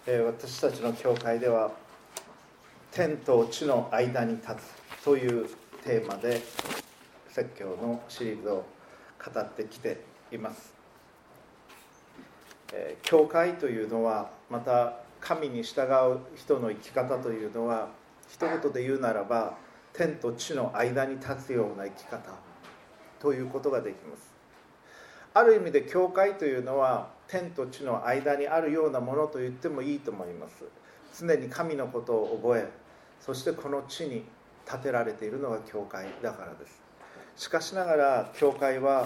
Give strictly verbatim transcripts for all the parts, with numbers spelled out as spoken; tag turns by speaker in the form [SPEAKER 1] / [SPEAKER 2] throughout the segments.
[SPEAKER 1] 私たちの教会では天と地の間に立つというテーマで説教のシリーズを語ってきています。教会というのは、また神に従う人の生き方というのは、一言で言うならば天と地の間に立つような生き方ということができます。ある意味で教会というのは天と地の間にあるようなものと言ってもいいと思います。常に神のことを覚え、そしてこの地に建てられているのが教会だからです。しかしながら教会は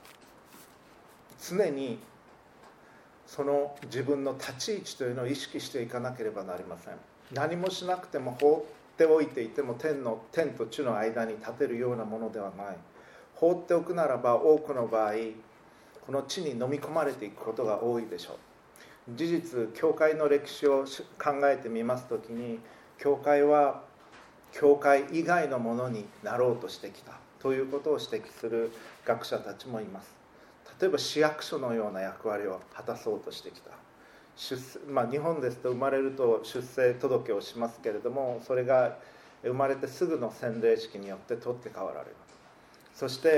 [SPEAKER 1] 常にその自分の立ち位置というのを意識していかなければなりません。何もしなくても放っておいていても天の天と地の間に立てるようなものではない。放っておくならば多くの場合この地に飲み込まれていくことが多いでしょう。事実、教会の歴史を考えてみますときに、教会は教会以外のものになろうとしてきたということを指摘する学者たちもいます。例えば市役所のような役割を果たそうとしてきた。出世、まあ、日本ですと生まれると出生届をしますけれども、それが生まれてすぐの洗礼式によって取って代わられる。そして、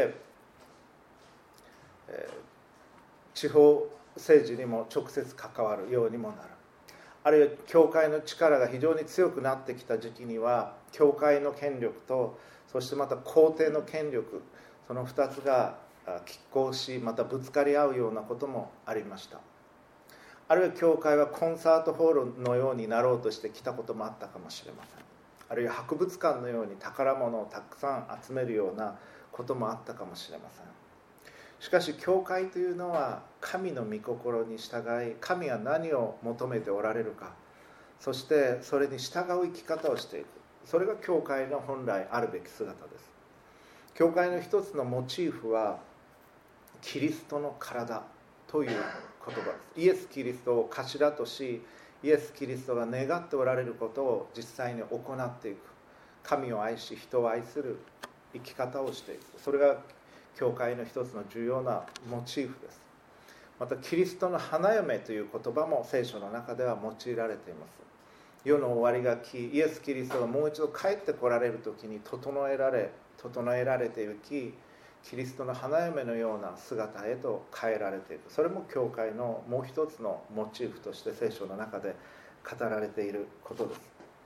[SPEAKER 1] えー地方政治にも直接関わるようにもなる。あるいは教会の力が非常に強くなってきた時期には、教会の権力とそしてまた皇帝の権力、そのふたつが拮抗し、またぶつかり合うようなこともありました。あるいは教会はコンサートホールのようになろうとしてきたこともあったかもしれません。あるいは博物館のように宝物をたくさん集めるようなこともあったかもしれません。しかし教会というのは神の御心に従い、神が何を求めておられるか、そしてそれに従う生き方をしていく。それが教会の本来あるべき姿です。教会の一つのモチーフはキリストの体という言葉です。イエス・キリストを頭とし、イエス・キリストが願っておられることを実際に行っていく。神を愛し人を愛する生き方をしていく。それが教会の一つの重要なモチーフです。またキリストの花嫁という言葉も聖書の中では用いられています。世の終わりが来、イエス・キリストがもう一度帰ってこられる時に整えられ整えられていき、キリストの花嫁のような姿へと変えられていく。それも教会のもう一つのモチーフとして聖書の中で語られていることです。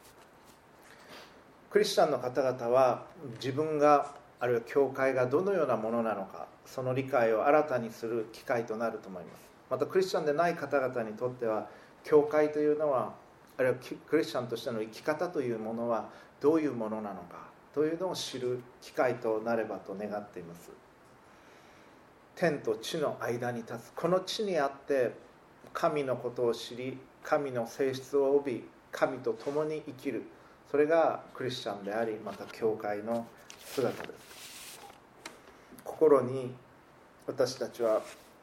[SPEAKER 1] クリスチャンの方々は自分があるいは教会がどのようなものなのか、その理解を新たにする機会となると思います。またクリスチャンでない方々にとっては、教会というのは、あるいはクリスチャンとしての生き方というものはどういうものなのかというのを知る機会となればと願っています。天と地の間に立つ、この地にあって神のことを知り、神の性質を帯び、神と共に生きる、それがクリスチャンであり、また教会の姿です。心に私たちは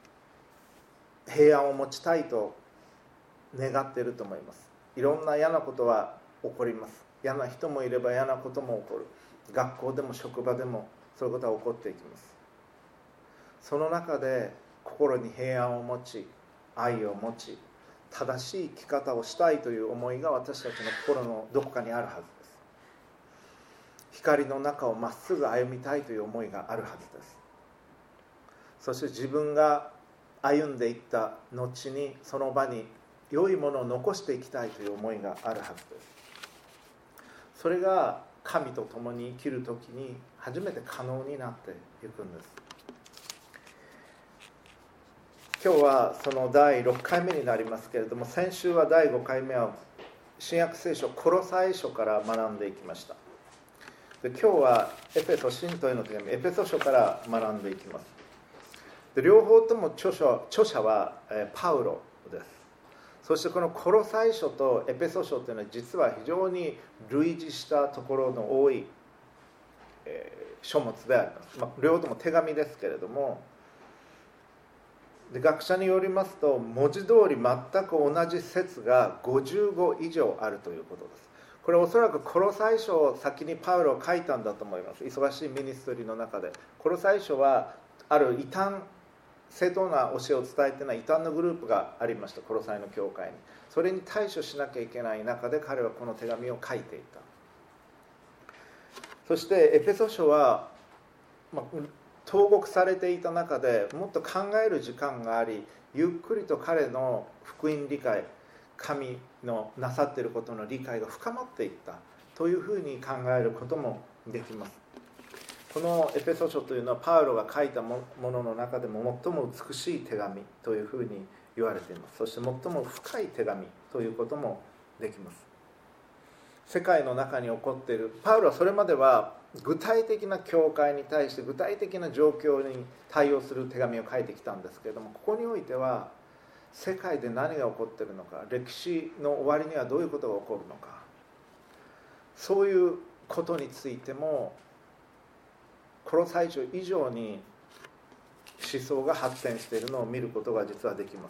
[SPEAKER 1] 平安を持ちたいと願っていると思います。いろんな嫌なことは起こります。嫌な人もいれば嫌なことも起こる。学校でも職場でもそういうことは起こっていきます。その中で心に平安を持ち、愛を持ち、正しい生き方をしたいという思いが私たちの心のどこかにあるはずです。光の中をまっすぐ歩みたいという思いがあるはずです。そして自分が歩んでいった後にその場に良いものを残していきたいという思いがあるはずです。それが神と共に生きるときに初めて可能になっていくんです。今日はそのだいろっかいめになりますけれども、先週はだいごかいめは新約聖書コロサイ書から学んでいきました。で今日はエペソ信徒への手紙エペソ書から学んでいきます。で両方とも著者、著者は、えー、パウロです。そしてこのコロサイ書とエペソ書というのは実は非常に類似したところの多い、えー、書物であります。まあ、両方とも手紙ですけれども、で学者によりますと文字通り全く同じ説がごじゅうご以上あるということです。これはおそらくコロサイ書を先にパウロを書いたんだと思います。忙しいミニストリーの中でコロサイ書はある異端正当な教えを伝えていない異端のグループがありました。コロサイの教会に。そそれに対処しなきゃいけない中で彼はこの手紙を書いていた。そしてエペソ書は、まあ、投獄されていた中でもっと考える時間があり、ゆっくりと彼の福音理解、神のなさっていることの理解が深まっていったというふうに考えることもできます。このエペソ書というのはパウロが書いたものの中でも最も美しい手紙というふうに言われています。そして最も深い手紙ということもできます。世界の中に起こっている、パウロはそれまでは具体的な教会に対して具体的な状況に対応する手紙を書いてきたんですけれども、ここにおいては世界で何が起こっているのか、歴史の終わりにはどういうことが起こるのか、そういうことについてもコロサイ書以上に思想が発展しているのを見ることが実はできます。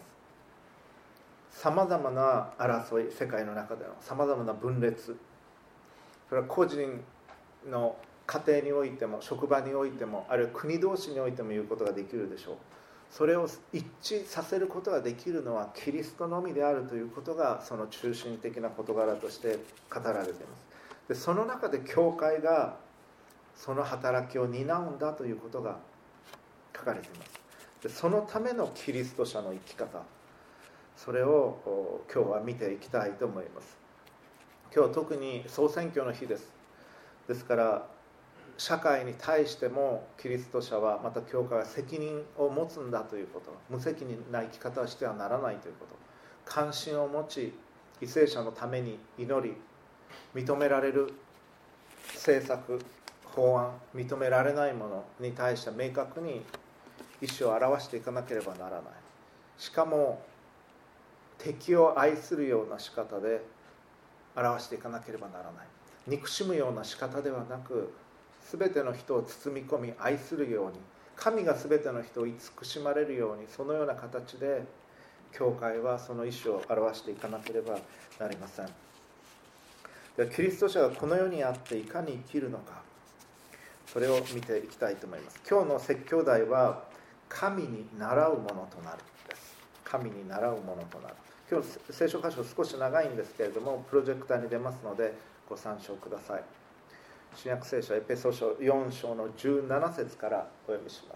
[SPEAKER 1] さまざまな争い、世界の中でのさまざまな分裂、それは個人の家庭においても職場においても、あるいは国同士においても言うことができるでしょう。それを一致させることができるのはキリストのみであるということが、その中心的な事柄として語られています。でその中で教会がその働きを担うんだということが書かれています。でそのためのキリスト者の生き方、それを今日は見ていきたいと思います。今日は特に総選挙の日です。ですから社会に対してもキリスト者は、また教会は責任を持つんだということ、無責任な生き方をしてはならないということ、関心を持ち為政者のために祈り、認められる政策、法案、認められないものに対して明確に意思を表していかなければならない。しかも敵を愛するような仕方で表していかなければならない。憎しむような仕方ではなく、全ての人を包み込み愛するように、神が全ての人を慈しまれるように、そのような形で教会はその意思を表していかなければなりません。ではキリスト者がこの世にあっていかに生きるのか、それを見ていきたいと思います。今日の説教題は神に習うものとなるです。神に習うものとなる。今日聖書箇所少し長いんですけれども、プロジェクターに出ますのでご参照ください。新約聖書エペソ書よん章のじゅうなな節からお読みします。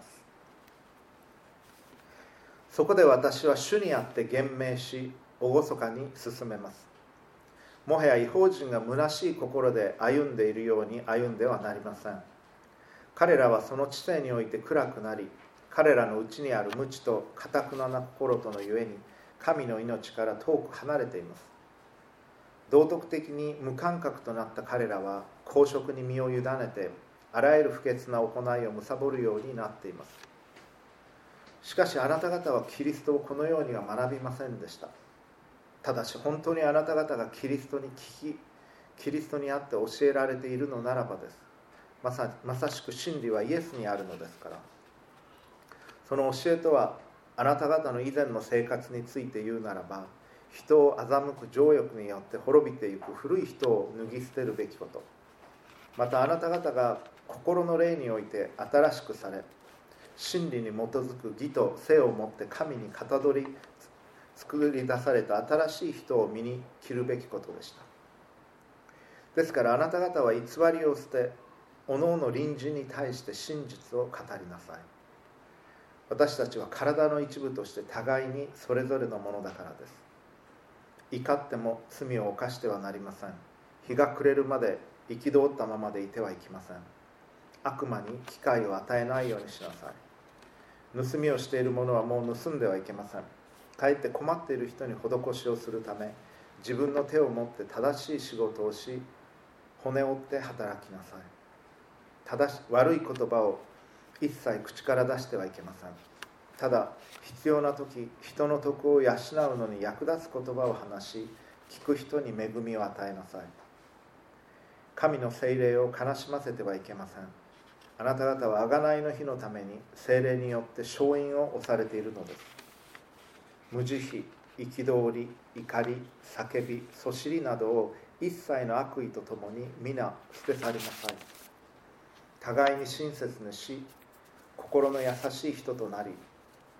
[SPEAKER 1] そこで私は主にあって厳命し、厳かに進めます。もはや異邦人が虚しい心で歩んでいるように歩んではなりません。彼らはその知性において暗くなり、彼らのうちにある無知と堅くなな心とのゆえに、神の命から遠く離れています。道徳的に無感覚となった彼らは公職に身を委ねて、あらゆる不潔な行いを貪るようになっています。しかしあなた方はキリストをこのようには学びませんでした。ただし本当にあなた方がキリストに聞き、キリストにあって教えられているのならばです。まさ、まさしく真理はイエスにあるのですから。その教えとは、あなた方の以前の生活について言うならば、人を欺く情欲によって滅びていく古い人を脱ぎ捨てるべきこと、またあなた方が心の霊において新しくされ、真理に基づく義と聖をもって神にかたどり作り出された新しい人を身に着るべきことでした。ですからあなた方は偽りを捨て、おのおの隣人に対して真実を語りなさい。私たちは体の一部として互いにそれぞれのものだからです。怒っても罪を犯してはなりません。日が暮れるまで憤ったままでいてはいけません。悪魔に機会を与えないようにしなさい。盗みをしている者はもう盗んではいけません。かえって困っている人に施しをするため、自分の手を持って正しい仕事をし、骨折って働きなさい。正し悪い言葉を一切口から出してはいけません。ただ必要な時、人の徳を養うのに役立つ言葉を話し、聞く人に恵みを与えなさい。神の聖霊を悲しませてはいけません。あなた方は贖いの日のために聖霊によって勝因を押されているのです。無慈悲、憤り、怒り、叫び、そしりなどを一切の悪意とともに皆捨て去りなさい。互いに親切にし、心の優しい人となり、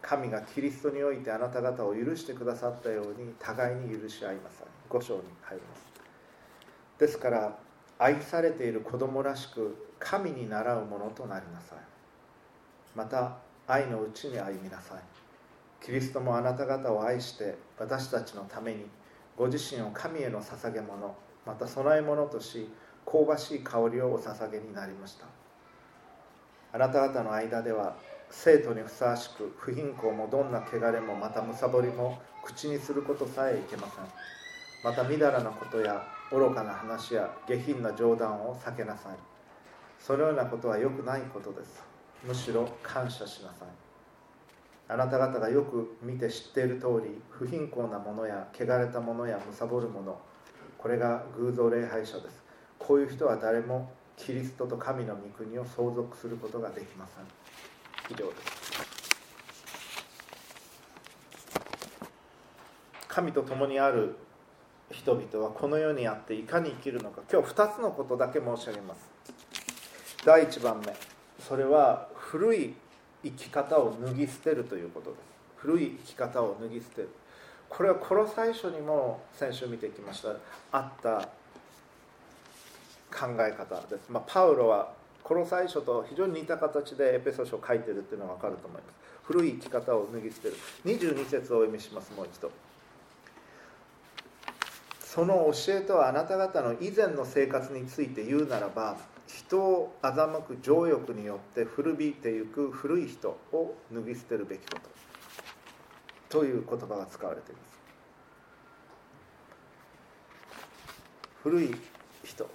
[SPEAKER 1] 神がキリストにおいてあなた方を許してくださったように互いに許し合いなさい。ご章に入ります。ですから愛されている子供らしく神に倣うものとなりなさい。また愛のうちに歩みなさい。キリストもあなた方を愛して私たちのためにご自身を神への捧げ物、また供え物とし、香ばしい香りをお捧げになりました。あなた方の間では生徒にふさわしく不貧困もどんな汚れもまたむさぼりも口にすることさえいけません。またみだらなことや愚かな話や下品な冗談を避けなさい。そのようなことは良くないことです。むしろ感謝しなさい。あなた方がよく見て知っている通り、不貧困なものや汚れたものやむさぼるもの、これが偶像礼拝者です。こういう人は誰もキリストと神の御国を相続することができません。以上です。神と共にある人々はこの世にあっていかに生きるのか、今日ふたつのことだけ申し上げます。第一番目、それは古い生き方を脱ぎ捨てるということです。古い生き方を脱ぎ捨てる、これはコロサイ書にも先週見てきましたあった考え方です。まあ、パウロはコロサイ書と非常に似た形でエペソ書を書いているというのが分かると思います。古い生き方を脱ぎ捨てる。にじゅうに節をお読みします。もう一度。その教えとはあなた方の以前の生活について言うならば、人を欺く情欲によって古びてゆく古い人を脱ぎ捨てるべきことという言葉が使われています。古い人、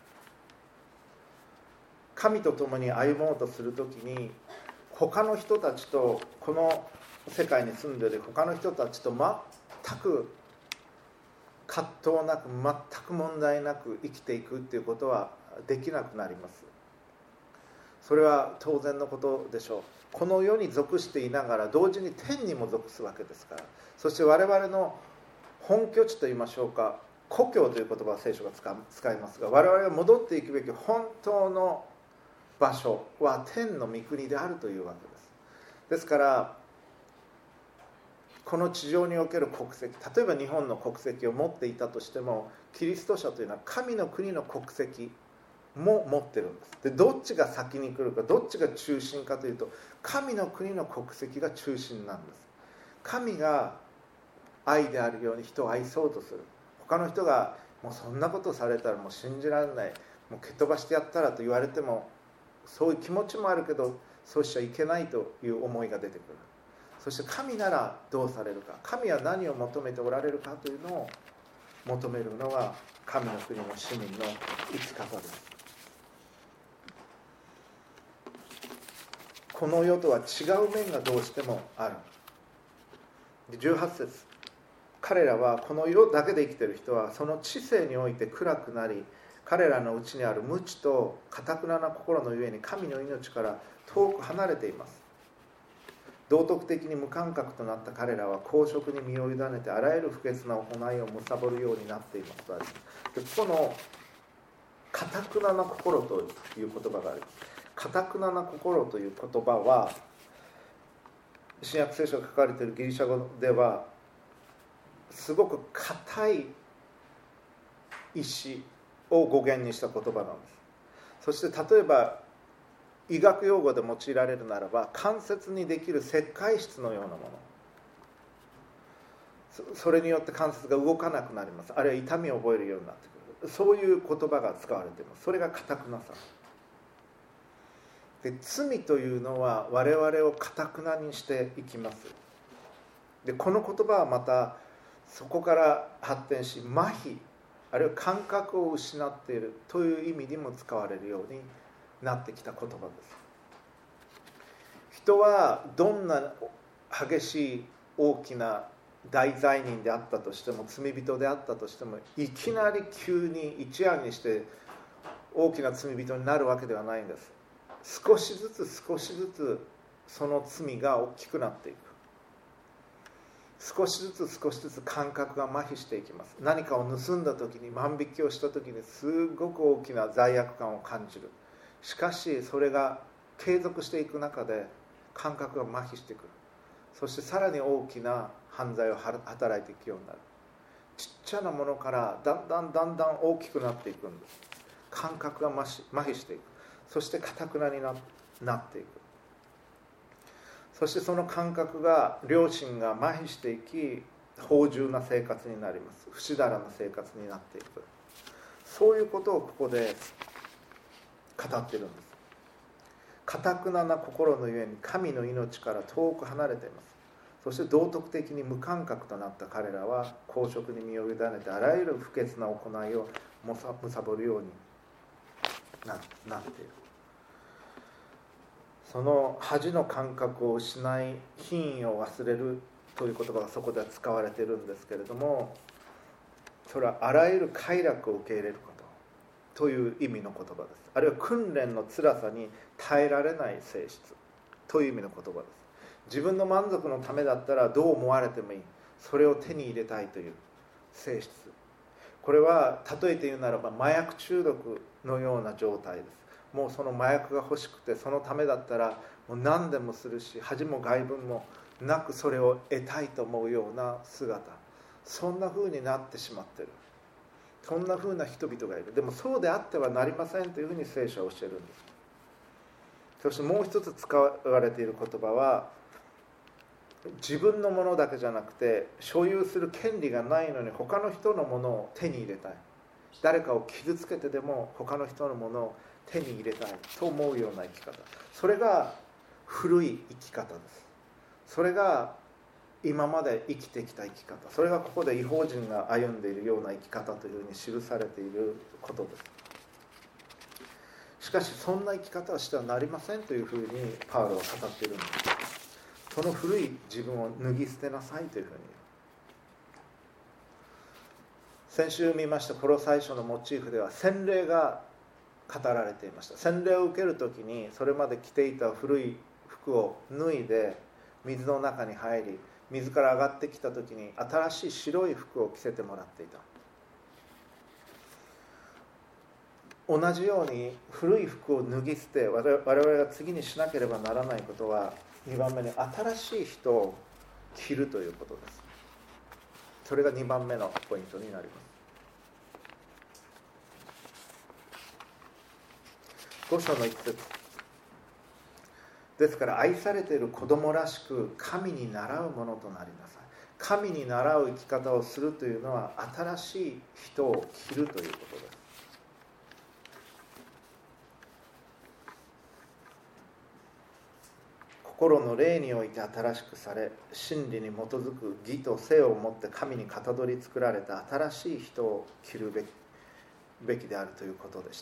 [SPEAKER 1] 神と共に歩もうとするときに、他の人たちと、この世界に住んでいる他の人たちと全く葛藤なく、全く問題なく生きていくということはできなくなります。それは当然のことでしょう。この世に属していながら同時に天にも属すわけですから。そして我々の本拠地といいましょうか、故郷という言葉を聖書が使いますが、我々が戻っていくべき本当の場所は天の御国であるというわけです。ですからこの地上における国籍、例えば日本の国籍を持っていたとしても、キリスト者というのは神の国の国籍も持ってるんです。で、どっちが先に来るか、どっちが中心かというと、神の国の国籍が中心なんです。神が愛であるように人を愛そうとする。他の人がもうそんなことされたらもう信じられない、もう蹴飛ばしてやったらと言われても、そういう気持ちもあるけど、そうしちゃいけないという思いが出てくる。そして神ならどうされるか、神は何を求めておられるかというのを求めるのが神の国の市民の生き方です。この世とは違う面がどうしてもある。じゅうはち節、彼らはこの世だけで生きている人はその知性において暗くなり、彼らのうちにある無知と堅な心のゆえに神の命から遠く離れています。道徳的に無感覚となった彼らは公職に身を委ねてあらゆる不潔な行いを貪るようになっています。で、この堅な心という言葉があります。堅な心という言葉は、新約聖書が書かれているギリシャ語ではすごく硬い石を語源にした言葉なんです。そして例えば医学用語で用いられるならば、関節にできる切開質のようなもの、それによって関節が動かなくなります。あるいは痛みを覚えるようになってくる。そういう言葉が使われています。それが堅くなさで、罪というのは我々を堅くなにしていきます。で、この言葉はまたそこから発展し、麻痺あるいは感覚を失っているという意味にも使われるようになってきた言葉です。人はどんな激しい大きな大罪人であったとしても、罪人であったとしても、いきなり急に一夜にして大きな罪人になるわけではないんです。少しずつ少しずつその罪が大きくなっていく。少しずつ少しずつ感覚が麻痺していきます。何かを盗んだ時に、万引きをした時にすごく大きな罪悪感を感じる。しかしそれが継続していく中で感覚が麻痺してくる。 そしてさらに大きな犯罪を働いていくようになる。ちっちゃなものからだんだんだんだん大きくなっていくんです。感覚が麻痺していく。そして堅くなに な, なっていく。そしてその感覚が、良心が麻痺していき、芳醇な生活になります。不死だらな生活になっていく。そういうことをここで語っているんです。堅くなな心のゆえに神の命から遠く離れています。そして道徳的に無感覚となった彼らは、公職に身を委ねてあらゆる不潔な行いをむさぼるように な, なっている。その恥の感覚を失い、品位を忘れるという言葉がそこでは使われているんですけれども、それはあらゆる快楽を受け入れることという意味の言葉です。あるいは訓練の辛さに耐えられない性質という意味の言葉です。自分の満足のためだったらどう思われてもいい、それを手に入れたいという性質。これは例えて言うならば麻薬中毒のような状態です。もうその麻薬が欲しくて、そのためだったらもう何でもするし、恥も外聞もなくそれを得たいと思うような姿、そんな風になってしまっている。そんな風な人々がいる。でもそうであってはなりませんというふうに聖書は教えるんです。そしてもう一つ使われている言葉は、自分のものだけじゃなくて、所有する権利がないのに他の人のものを手に入れたい、誰かを傷つけてでも他の人のものを手に入れたいと思うような生き方、それが古い生き方です。それが今まで生きてきた生き方、それがここで異邦人が歩んでいるような生き方というふうに記されていることです。しかしそんな生き方はしてはなりませんというふうにパウロは語っているんです。その古い自分を脱ぎ捨てなさいというふうに。先週見ましたコロサイ書のモチーフでは洗礼が語られていました。洗礼を受けるときにそれまで着ていた古い服を脱いで水の中に入り、水から上がってきたときに新しい白い服を着せてもらっていた。同じように古い服を脱ぎ捨て、我々が次にしなければならないことは、にばんめに新しい人を着るということです。それがにばんめのポイントになります。ご章の一節ですから、愛されている子供らしく神に倣うものとなりなさい。神に倣う生き方をするというのは、新しい人を着るということです。心の霊において新しくされ、真理に基づく義と性を持って神にかたどり作られた新しい人を着るべき、べきであるということでした。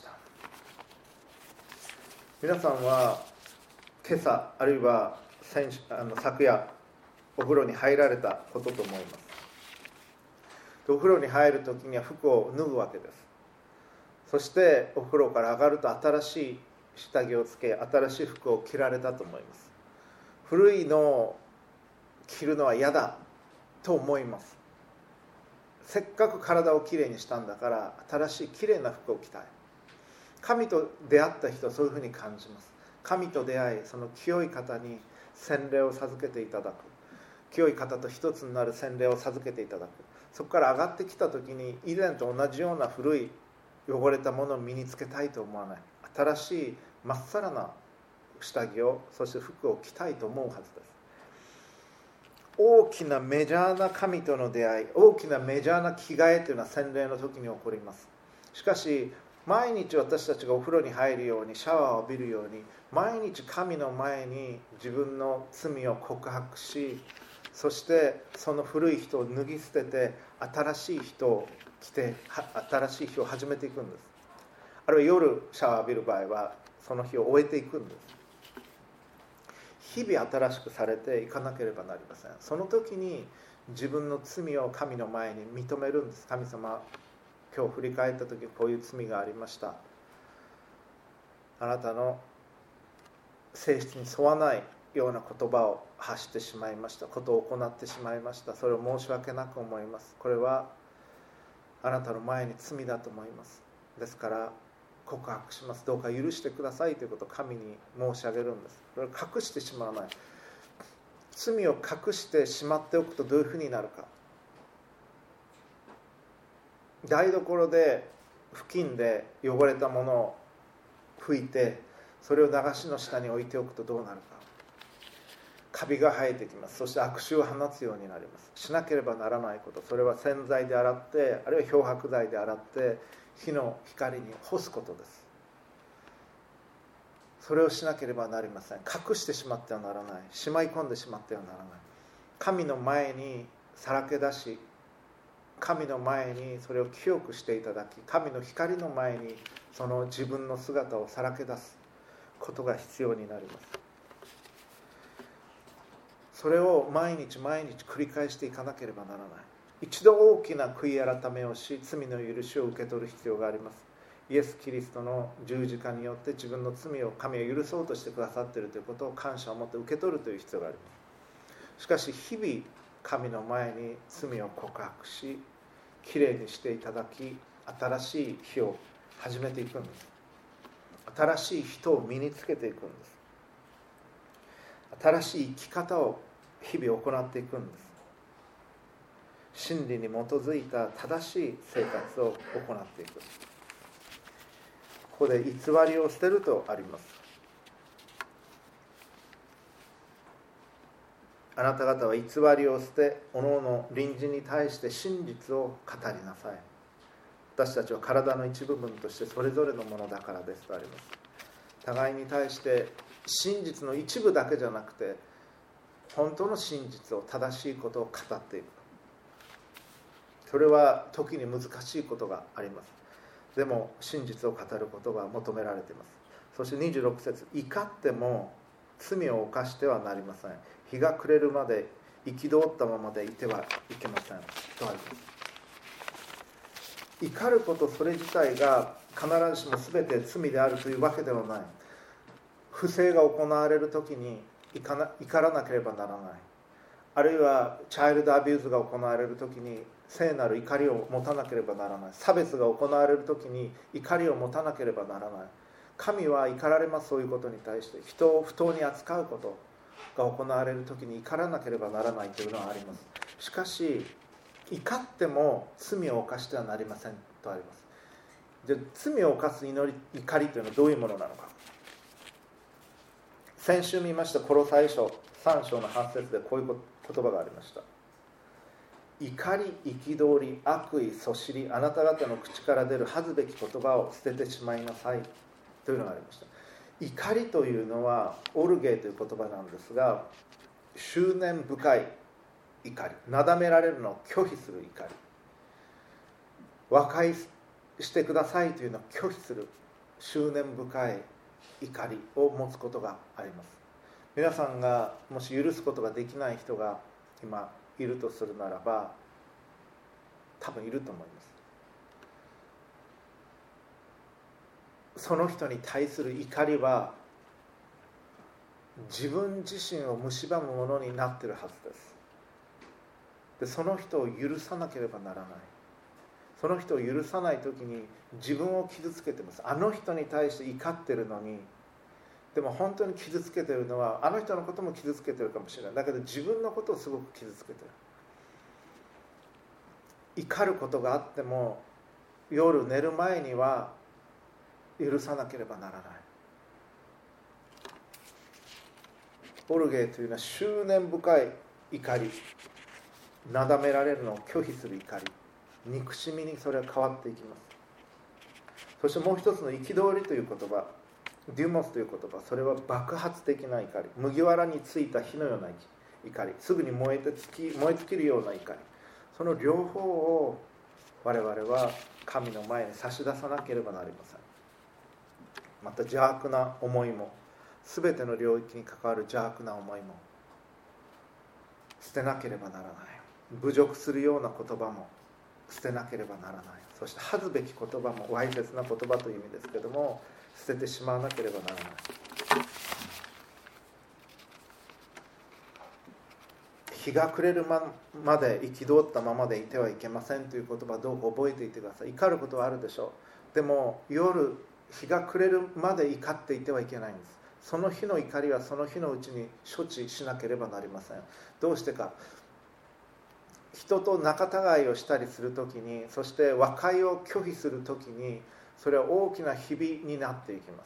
[SPEAKER 1] 皆さんは今朝あるいは先あの昨夜お風呂に入られたことと思います。お風呂に入るときには服を脱ぐわけです。そしてお風呂から上がると新しい下着をつけ、新しい服を着られたと思います。古いのを着るのは嫌だと思います。せっかく体をきれいにしたんだから、新しいきれいな服を着たい。神と出会った人はそういうふうに感じます。神と出会い、その清い方に洗礼を授けていただく、清い方と一つになる洗礼を授けていただく。そこから上がってきた時に、以前と同じような古い汚れたものを身につけたいと思わない。新しいまっさらな下着を、そして服を着たいと思うはずです。大きなメジャーな神との出会い、大きなメジャーな着替えというのは洗礼の時に起こります。しかし毎日私たちがお風呂に入るように、シャワーを浴びるように、毎日神の前に自分の罪を告白し、そしてその古い人を脱ぎ捨てて新しい人を着て、新しい日を始めていくんです。あるいは夜シャワーを浴びる場合はその日を終えていくんです。日々新しくされていかなければなりません。その時に自分の罪を神の前に認めるんです。神様、今日振り返った時こういう罪がありました。あなたの性質に沿わないような言葉を発してしまいました。ことを行ってしまいました。それを申し訳なく思います。これはあなたの前に罪だと思います。ですから告白します。どうか許してくださいということを神に申し上げるんです。それを隠してしまわない。 罪を隠してしまっておくとどういうふうになるか。台所で布巾で汚れたものを拭いて、それを流しの下に置いておくとどうなるか。カビが生えてきます。そして悪臭を放つようになります。しなければならないこと、それは洗剤で洗って、あるいは漂白剤で洗って日の光に干すことです。それをしなければなりません。隠してしまってはならない。しまい込んでしまってはならない。神の前にさらけ出し、神の前にそれを清くしていただき、神の光の前にその自分の姿をさらけ出すことが必要になります。それを毎日毎日繰り返していかなければならない。一度大きな悔い改めをし、罪の許しを受け取る必要があります。イエス・キリストの十字架によって自分の罪を神は許そうとしてくださっているということを感謝を持って受け取るという必要があります。しかし日々神の前に罪を告白し、きれいにしていただき、新しい日を始めていくんです。新しい人を身につけていくんです。新しい生き方を日々行っていくんです。真理に基づいた正しい生活を行っていく。ここで偽りを捨てるとあります。あなた方は偽りを捨て、おのおの隣人に対して真実を語りなさい。私たちは体の一部分としてそれぞれのものだからですとあります。互いに対して真実の一部だけじゃなくて、本当の真実を、正しいことを語っていく。それは時に難しいことがあります。でも真実を語ることが求められています。そしてにじゅうろく節、怒っても罪を犯してはなりません。日が暮れるまで憤ったままでいてはいけませんとあります。怒ることそれ自体が必ずしも全て罪であるというわけではない。不正が行われるときに怒らなければならない。あるいはチャイルドアビューズが行われるときに聖なる怒りを持たなければならない。差別が行われるときに怒りを持たなければならない。神は怒られます。そういうことに対して人を不当に扱うことが行われるときに怒らなければならないというのはあります。しかし怒っても罪を犯してはなりませんとあります。じゃあ罪を犯す祈り、怒りというのはどういうものなのか。先週見ましたコロサイ書さん章のはち節でこういう言葉がありました。怒り、憤り、悪意、そしり、あなた方の口から出る恥ずべき言葉を捨ててしまいなさいというのがありました。怒りというのはオルゲーという言葉なんですが、執念深い怒り、なだめられるのを拒否する怒り、和解してくださいというのを拒否する執念深い怒りを持つことがあります。皆さんがもし許すことができない人が今いるとするならば、多分いると思います。その人に対する怒りは自分自身を蝕むものになっているはずです。で、その人を許さなければならない。その人を許さないときに自分を傷つけてます。あの人に対して怒ってるのに、でも本当に傷つけてるのはあの人のことも傷つけてるかもしれない。だけど自分のことをすごく傷つけてる。怒ることがあっても夜寝る前には許さなければならない。オルゲーというのは執念深い怒り、なだめられるのを拒否する怒り、憎しみにそれは変わっていきます。そしてもう一つの憤りという言葉、デュモスという言葉、それは爆発的な怒り、麦わらについた火のような怒り、すぐに燃えて尽き、燃え尽きるような怒り、その両方を我々は神の前に差し出さなければなりません。また邪悪な思いも、すべての領域に関わる邪悪な思いも捨てなければならない。侮辱するような言葉も捨てなければならない。そして恥ずべき言葉も、わいせつな言葉という意味ですけども、捨ててしまわなければならない。日が暮れるまで憤ったままでいてはいけませんという言葉をどうか覚えていてください。怒ることはあるでしょう。でも夜日が暮れるまで怒っていてはいけないんです。 その日の怒りはその日のうちに処置しなければなりません。どうしてか、人と仲違いをしたりするときに、そして和解を拒否するときに、それは大きなひびになっていきます。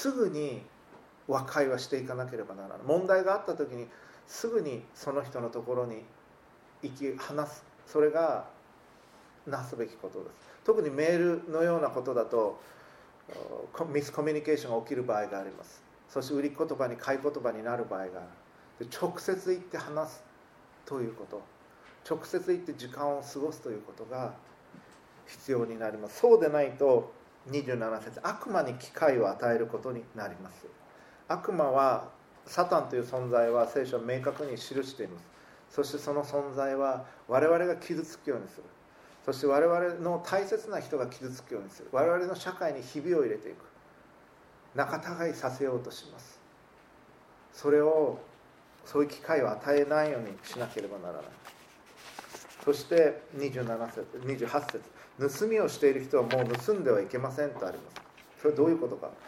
[SPEAKER 1] すぐに和解はしていかなければならない。問題があったときにすぐにその人のところに行き話す、それがなすべきことです。特にメールのようなことだとミスコミュニケーションが起きる場合があります。そして売り言葉に買い言葉になる場合がある。で、直接行って話すということ、直接行って時間を過ごすということが必要になります。そうでないとにじゅうなな節、悪魔に機会を与えることになります。悪魔は、サタンという存在は聖書は明確に記しています。そしてその存在は我々が傷つくようにする、そして我々の大切な人が傷つくようにする、我々の社会にひびを入れていく、仲違いさせようとします。それを、そういう機会を与えないようにしなければならない。そしてにじゅうなな節、にじゅうはち節、盗みをしている人はもう盗んではいけませんとあります。それはどういうことか。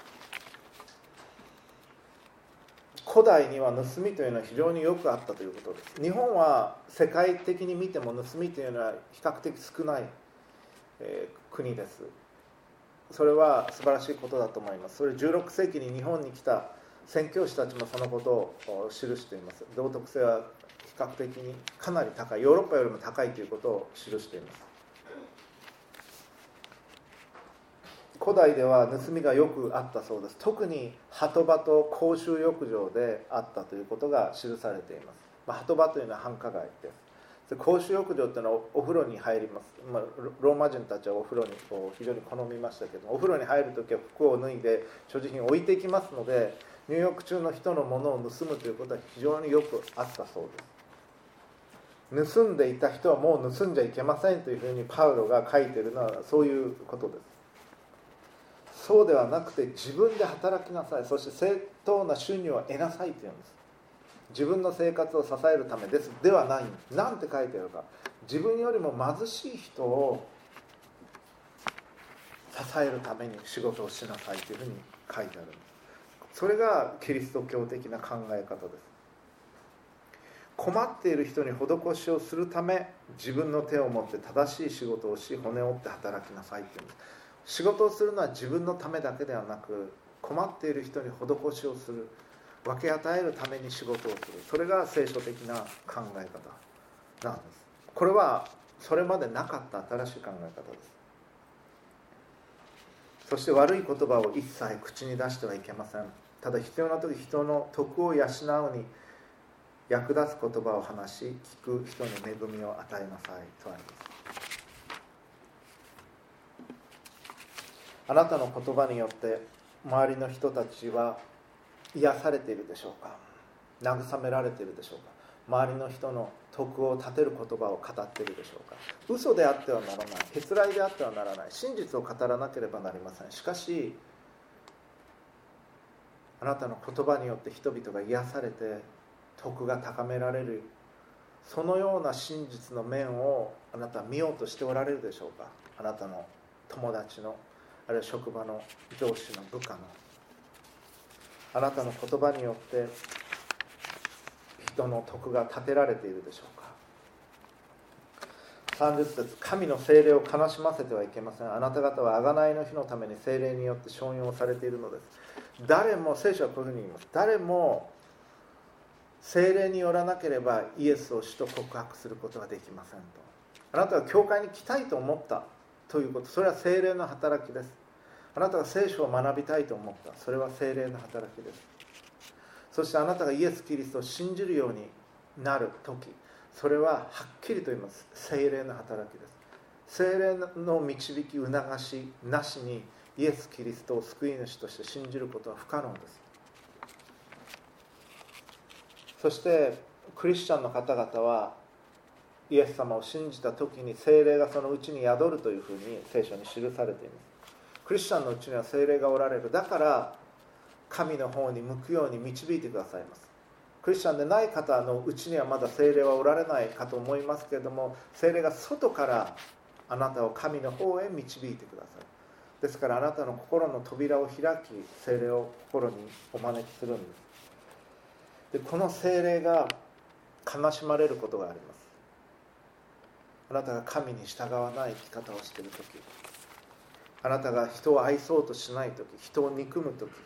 [SPEAKER 1] 古代には盗みというのは非常によくあったということです。日本は世界的に見ても盗みというのは比較的少ない、えー、国です。それは素晴らしいことだと思います。それじゅうろく世紀に日本に来た宣教師たちもそのことを記しています。道徳性は比較的にかなり高い、ヨーロッパよりも高いということを記しています。古代では盗みがよくあったそうです。特に鳩場と公衆浴場であったということが記されています。まあ、鳩場というのは繁華街です。で、公衆浴場というのはお風呂に入ります。まあ、ローマ人たちはお風呂にこう非常に好みましたけども、お風呂に入るときは服を脱いで所持品を置いていきますので、入浴中の人のものを盗むということは非常によくあったそうです。盗んでいた人はもう盗んじゃいけませんというふうにパウロが書いているのはそういうことです。そうではなくて、自分で働きなさい、そして正当な収入を得なさいというんです。自分の生活を支えるためですではない。なんて書いてあるか、自分よりも貧しい人を支えるために仕事をしなさいというふうに書いてあるんです。それがキリスト教的な考え方です。困っている人に施しをするため、自分の手を持って正しい仕事をし、骨を折って働きなさいというんです。仕事をするのは自分のためだけではなく、困っている人に施しをする、分け与えるために仕事をする、それが聖書的な考え方なんです。これはそれまでなかった新しい考え方です。そして悪い言葉を一切口に出してはいけません。ただ必要な時、人の徳を養うに役立つ言葉を話し、聞く人に恵みを与えなさいとあります。あなたの言葉によって周りの人たちは癒されているでしょうか。慰められているでしょうか。周りの人の徳を立てる言葉を語っているでしょうか。嘘であってはならない、へつらいであってはならない、真実を語らなければなりません。しかしあなたの言葉によって人々が癒されて徳が高められる、そのような真実の面をあなたは見ようとしておられるでしょうか。あなたの友達の、あるいは職場の上司の部下の、あなたの言葉によって人の徳が立てられているでしょうか。さんじゅう節、神の聖霊を悲しませてはいけません。あなた方は贖いの日のために聖霊によって承認をされているのです。誰も、聖書はこういうふうに言います。誰も聖霊によらなければイエスを主と告白することができませんと。あなたは教会に来たいと思ったということ、それは聖霊の働きです。あなたが聖書を学びたいと思った、それは聖霊の働きです。そしてあなたがイエス・キリストを信じるようになるとき、それははっきりと言います。聖霊の働きです。聖霊の導き、促しなしにイエス・キリストを救い主として信じることは不可能です。そしてクリスチャンの方々はイエス様を信じたときに聖霊がそのうちに宿るというふうに聖書に記されています。クリスチャンのうちには聖霊がおられる。だから神の方に向くように導いてくださいます。クリスチャンでない方のうちにはまだ聖霊はおられないかと思いますけれども、聖霊が外からあなたを神の方へ導いてください。 ですからあなたの心の扉を開き、聖霊を心にお招きするんです。でこの聖霊が悲しまれることがあります。あなたが神に従わない生き方をしているとき、あなたが人を愛そうとしないとき、人を憎むとき、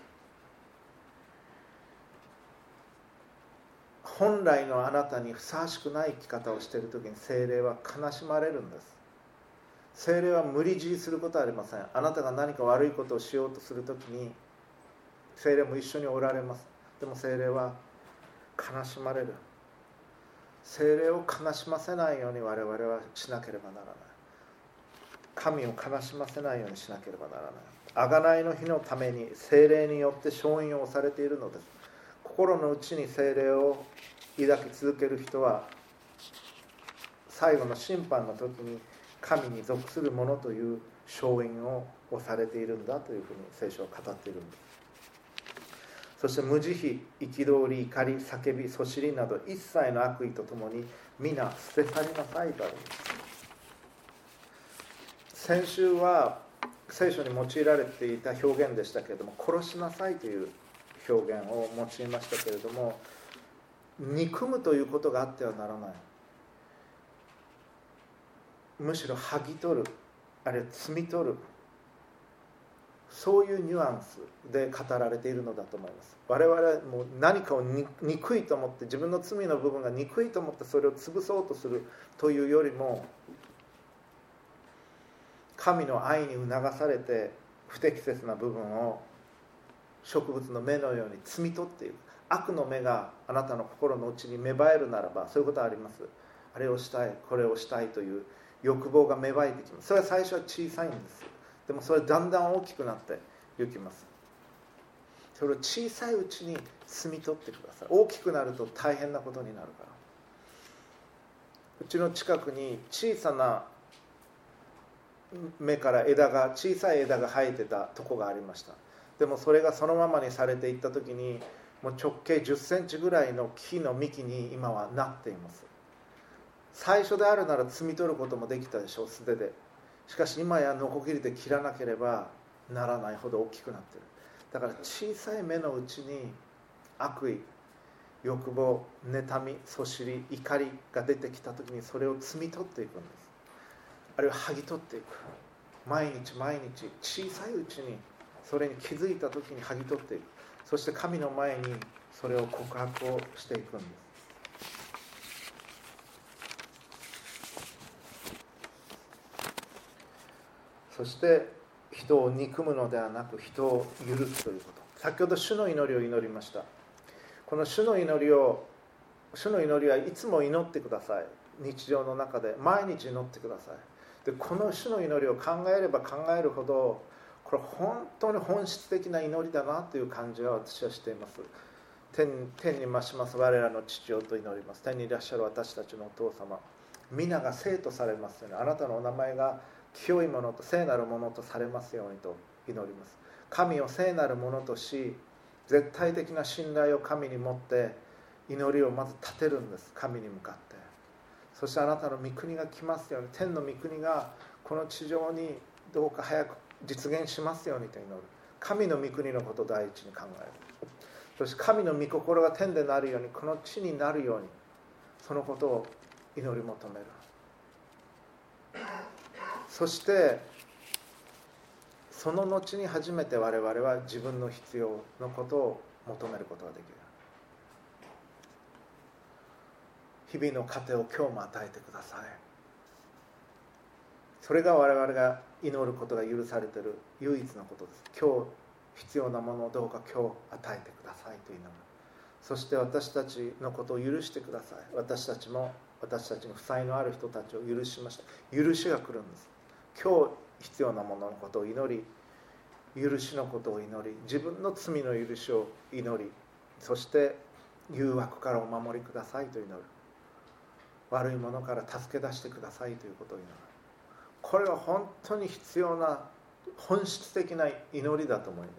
[SPEAKER 1] 本来のあなたにふさわしくない生き方をしているときに聖霊は悲しまれるんです。聖霊は無理強いすることはありません。あなたが何か悪いことをしようとするときに聖霊も一緒におられます。でも聖霊は悲しまれる。聖霊を悲しませないように我々はしなければならない。神を悲しませないようにしなければならない。贖いの日のために聖霊によって承認をされているのです。心の内に聖霊を抱き続ける人は最後の審判の時に神に属するものという承認をされているんだというふうに聖書は語っているんです。そして無慈悲、憤り、怒り、叫び、そしりなど一切の悪意とともに皆捨て去りなさいとあるんです。先週は聖書に用いられていた表現でしたけれども、殺しなさいという表現を用いましたけれども、憎むということがあってはならない。むしろ剥ぎ取る、あるいは摘み取る、そういうニュアンスで語られているのだと思います。我々はもう何かを憎いと思って、自分の罪の部分が憎いと思ってそれを潰そうとするというよりも、神の愛に促されて不適切な部分を植物の芽のように摘み取っている。悪の芽があなたの心の内に芽生えるならば、そういうことはあります。あれをしたい、これをしたいという欲望が芽生えてきます。それは最初は小さいんです。でもそれだんだん大きくなっていきます。それを小さいうちに摘み取ってください。大きくなると大変なことになるから。うちの近くに小さな芽から枝が小さい枝が生えてたとこがありました。でもそれがそのままにされていった時に、もう直径じゅっセンチぐらいの木の幹に今はなっています。最初であるなら摘み取ることもできたでしょう、素手で。しかし今やノコギリで切らなければならないほど大きくなっている。だから小さい芽のうちに悪意、欲望、妬み、そしり、怒りが出てきた時にそれを摘み取っていくんです。あるいは剥ぎ取っていく。毎日毎日小さいうちにそれに気づいた時に剥ぎ取っていく。そして神の前にそれを告白をしていくんです。そして人を憎むのではなく人を許すということ。先ほど主の祈りを祈りました。この主の祈りを主の祈りはいつも祈ってください。日常の中で毎日祈ってください。でこの主の祈りを考えれば考えるほど、これ本当に本質的な祈りだなという感じは私はしています。 天, 天に増します我らの父よと祈ります。天にいらっしゃる私たちのお父様、皆が聖とされますように、あなたのお名前が清いものと聖なるものとされますようにと祈ります。神を聖なるものとし、絶対的な信頼を神に持って祈りをまず立てるんです。神に向かって。そしてあなたの御国が来ますように、天の御国がこの地上にどうか早く実現しますようにと祈る。神の御国のことを第一に考える。そして神の御心が天でなるようにこの地になるように、そのことを祈り求める。そしてその後に初めて我々は自分の必要のことを求めることができる。日々の糧を今日も与えてください。それが我々が祈ることが許されている唯一のことです。今日必要なものをどうか今日与えてくださいと祈る。そして私たちのことを許してください。私たちも私たちに負債のある人たちを許しました。許しが来るんです。今日必要なもののことを祈り、許しのことを祈り、自分の罪の許しを祈り、そして誘惑からお守りくださいと祈る。悪いものから助け出してくださいということを祈る。これは本当に必要な本質的な祈りだと思います。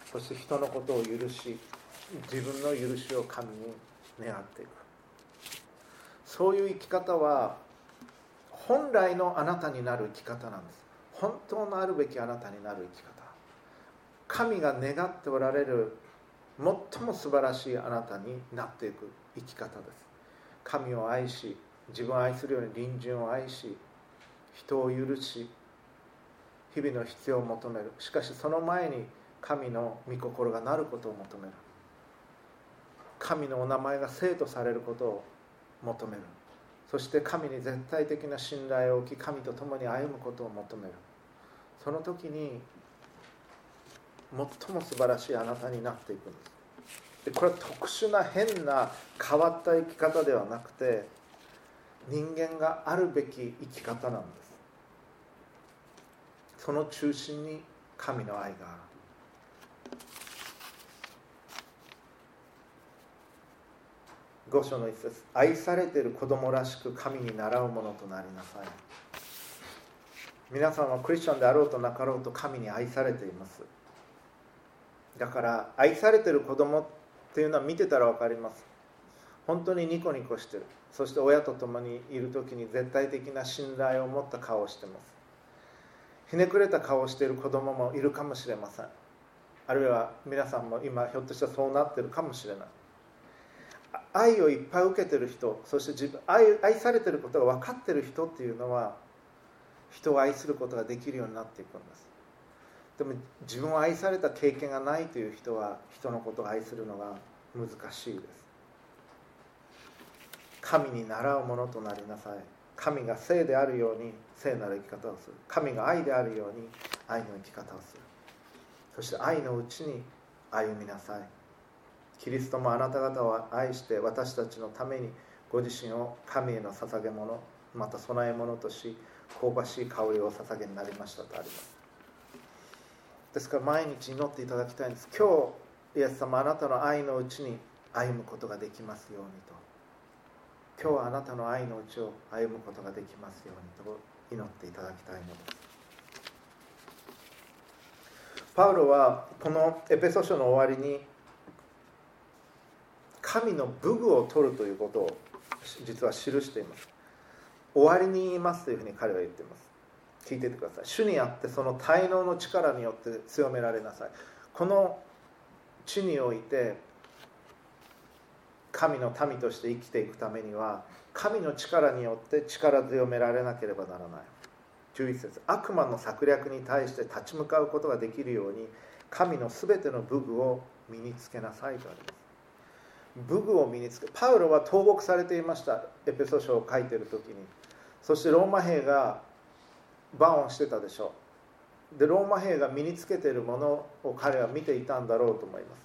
[SPEAKER 1] そして人のことを許し、自分の許しを神に願っていく。そういう生き方は本来のあなたになる生き方なんです。本当のあるべきあなたになる生き方、神が願っておられる最も素晴らしいあなたになっていく生き方です。神を愛し、自分を愛するように隣人を愛し、人を許し、日々の必要を求める。しかしその前に神の御心がなることを求める。神のお名前が聖とされることを求める。そして神に絶対的な信頼を置き、神と共に歩むことを求める。その時に最も素晴らしいあなたになっていくんです。でこれは特殊な変な変わった生き方ではなくて、人間があるべき生き方なんです。その中心に神の愛がある。ご章の一節、愛されている子供らしく神に倣うものとなりなさい。皆さんはクリスチャンであろうとなかろうと神に愛されています。だから愛されている子供っていうのは見てたら分かります。本当にニコニコしてる。そして親と共にいる時に絶対的な信頼を持った顔をしています。ひねくれた顔をしている子供もいるかもしれません。あるいは皆さんも今ひょっとしたらそうなっているかもしれない。愛をいっぱい受けている人、そして自分 愛, 愛されていることが分かっている人っていうのは、人を愛することができるようになっていくんです。でも自分を愛された経験がないという人は、人のことを愛するのが難しいです。神に倣うものとなりなさい。神が聖であるように聖なる生き方をする。神が愛であるように愛の生き方をする。そして愛のうちに歩みなさい。キリストもあなた方を愛して私たちのためにご自身を神への捧げ物、また供え物とし、香ばしい香りをお捧げになりましたとあります。ですから毎日祈っていただきたいんです。今日イエス様、あなたの愛のうちに歩むことができますようにと。今日はあなたの愛のうちを歩むことができますようにと祈っていただきたいのです。パウロはこのエペソ書の終わりに神の武具を取るということを実は記しています。終わりに言いますというふうに彼は言っています。聞いていてください。主にあってその滞納の力によって強められなさい。この地において神の民として生きていくためには、神の力によって力強められなければならない。じゅういち節、悪魔の策略に対して立ち向かうことができるように神のすべての武具を身につけなさいとあります。武具を身につけ、パウロは投獄されていました。エペソ書を書いている時に。そしてローマ兵がバンをしてたでしょう。でローマ兵が身につけているものを彼は見ていたんだろうと思います。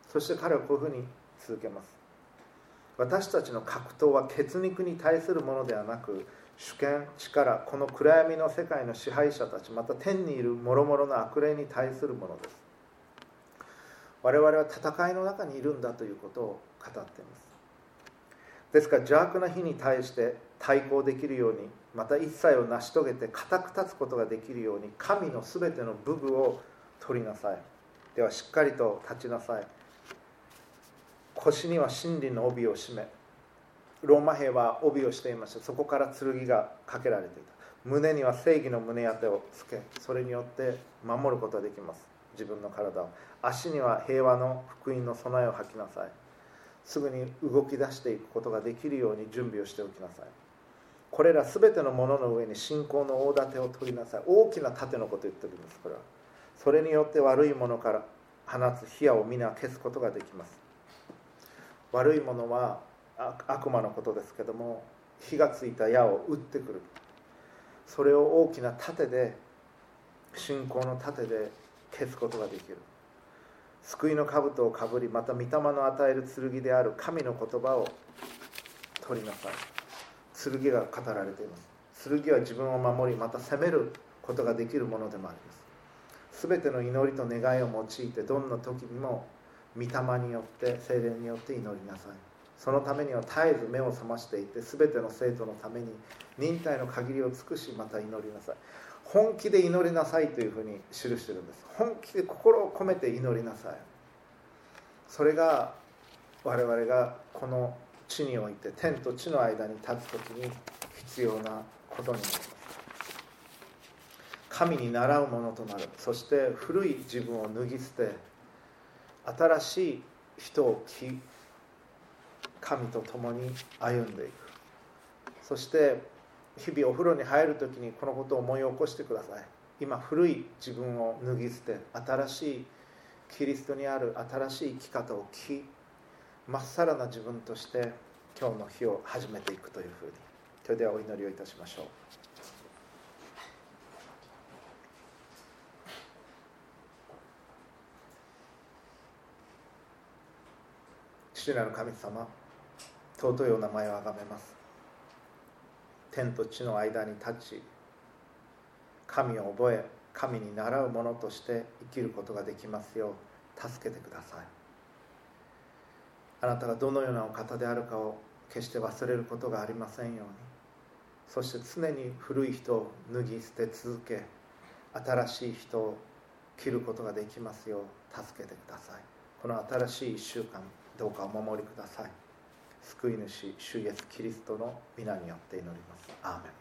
[SPEAKER 1] そして彼はこういうふうに続けます。私たちの格闘は血肉に対するものではなく、主権、力、この暗闇の世界の支配者たち、また天にいる諸々の悪霊に対するものです。我々は戦いの中にいるんだということを語っています。ですから邪悪な日に対して対抗できるように、また一切を成し遂げて固く立つことができるように、神のすべての武具を取りなさい。ではしっかりと立ちなさい。腰には真理の帯を締め、ローマ兵は帯をしていました。そこから剣がかけられていた。胸には正義の胸当てをつけ、それによって守ることができます。自分の体を。足には平和の福音の備えを履きなさい。すぐに動き出していくことができるように準備をしておきなさい。これらすべてのものの上に信仰の大盾を取りなさい。大きな盾のことを言ってるんです。これはそれによって悪いものから放つ火矢を皆消すことができます。悪いものは悪魔のことですけども、火がついた矢を撃ってくる。それを大きな盾で、信仰の盾で消すことができる。救いの兜をかぶり、また御霊の与える剣である神の言葉を取りなさい。剣が語られています。剣は自分を守り、また責めることができるものでもあります。すべての祈りと願いを用いて、どんな時にも御霊によって聖霊によって祈りなさい。そのためには絶えず目を覚ましていて、すべての生徒のために忍耐の限りを尽くし、また祈りなさい。本気で祈りなさいというふうに記しているんです。本気で心を込めて祈りなさい。それが我々がこの地において、天と地の間に立つ時に必要なことになります。神に倣うものとなる。そして古い自分を脱ぎ捨て、新しい人を着、神と共に歩んでいく。そして日々お風呂に入るときにこのことを思い起こしてください。今古い自分を脱ぎ捨て、新しいキリストにある新しい生き方を着、まっさらな自分として今日の日を始めていくというふうに。それではお祈りをいたしましょう。父なる神様、尊いお名前をあがめます。天と地の間に立ち、神を覚え、神に倣う者として生きることができますよう助けてください。あなたがどのようなお方であるかを決して忘れることがありませんように。そして常に古い人を脱ぎ捨て続け、新しい人を着ることができますよう助けてください。この新しいいっしゅうかん、どうかお守りください。救い主、主イエスキリストの皆によって祈ります。アーメン。